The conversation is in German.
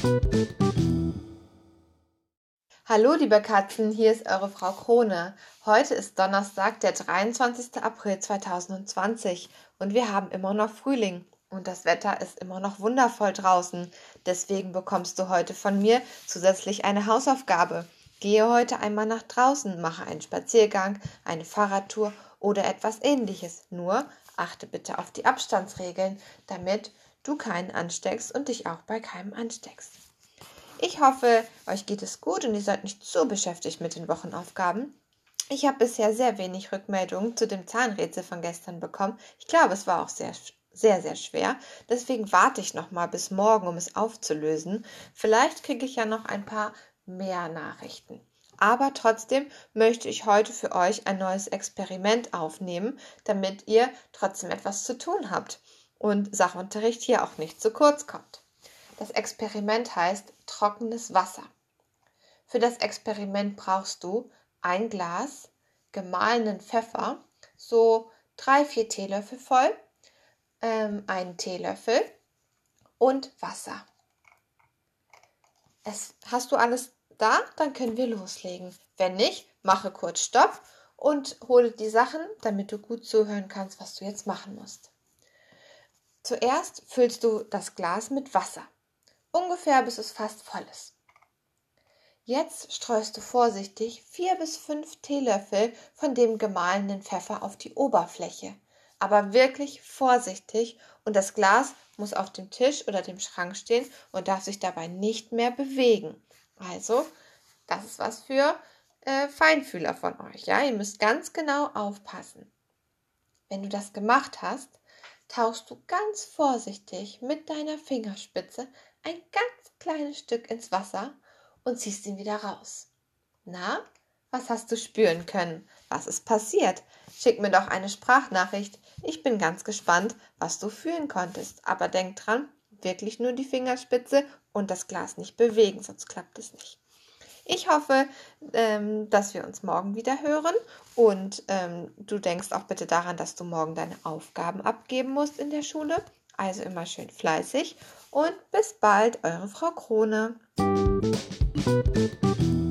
Hallo liebe Katzen, hier ist eure Frau Krone. Heute ist Donnerstag, der 23. April 2020 und wir haben immer noch Frühling und das Wetter ist immer noch wundervoll draußen. Deswegen bekommst du heute von mir zusätzlich eine Hausaufgabe. Gehe heute einmal nach draußen, mache einen Spaziergang, eine Fahrradtour oder etwas Ähnliches. Nur achte bitte auf die Abstandsregeln, damit du keinen ansteckst und dich auch bei keinem ansteckst. Ich hoffe, euch geht es gut und ihr seid nicht so beschäftigt mit den Wochenaufgaben. Ich habe bisher sehr wenig Rückmeldungen zu dem Zahnrätsel von gestern bekommen. Ich glaube, es war auch sehr schwer. Deswegen warte ich noch mal bis morgen, um es aufzulösen. Vielleicht kriege ich ja noch ein paar mehr Nachrichten. Aber trotzdem möchte ich heute für euch ein neues Experiment aufnehmen, damit ihr trotzdem etwas zu tun habt und Sachunterricht hier auch nicht zu kurz kommt. Das Experiment heißt trockenes Wasser. Für das Experiment brauchst du ein Glas gemahlenen Pfeffer, so 3-4 Teelöffel voll, einen Teelöffel und Wasser. Hast du alles da? Dann können wir loslegen. Wenn nicht, mache kurz Stopp und hole die Sachen, damit du gut zuhören kannst, was du jetzt machen musst. Zuerst füllst du das Glas mit Wasser. Ungefähr bis es fast voll ist. Jetzt streust du vorsichtig 4 bis 5 Teelöffel von dem gemahlenen Pfeffer auf die Oberfläche. Aber wirklich vorsichtig und das Glas muss auf dem Tisch oder dem Schrank stehen und darf sich dabei nicht mehr bewegen. Also, das ist was für Feinfühler von euch. Ja? Ihr müsst ganz genau aufpassen. Wenn du das gemacht hast, tauchst du ganz vorsichtig mit deiner Fingerspitze ein ganz kleines Stück ins Wasser und ziehst ihn wieder raus. Na, was hast du spüren können? Was ist passiert? Schick mir doch eine Sprachnachricht. Ich bin ganz gespannt, was du fühlen konntest. Aber denk dran, wirklich nur die Fingerspitze und das Glas nicht bewegen, sonst klappt es nicht. Ich hoffe, dass wir uns morgen wieder hören und du denkst auch bitte daran, dass du morgen deine Aufgaben abgeben musst in der Schule. Also immer schön fleißig und bis bald, eure Frau Krone.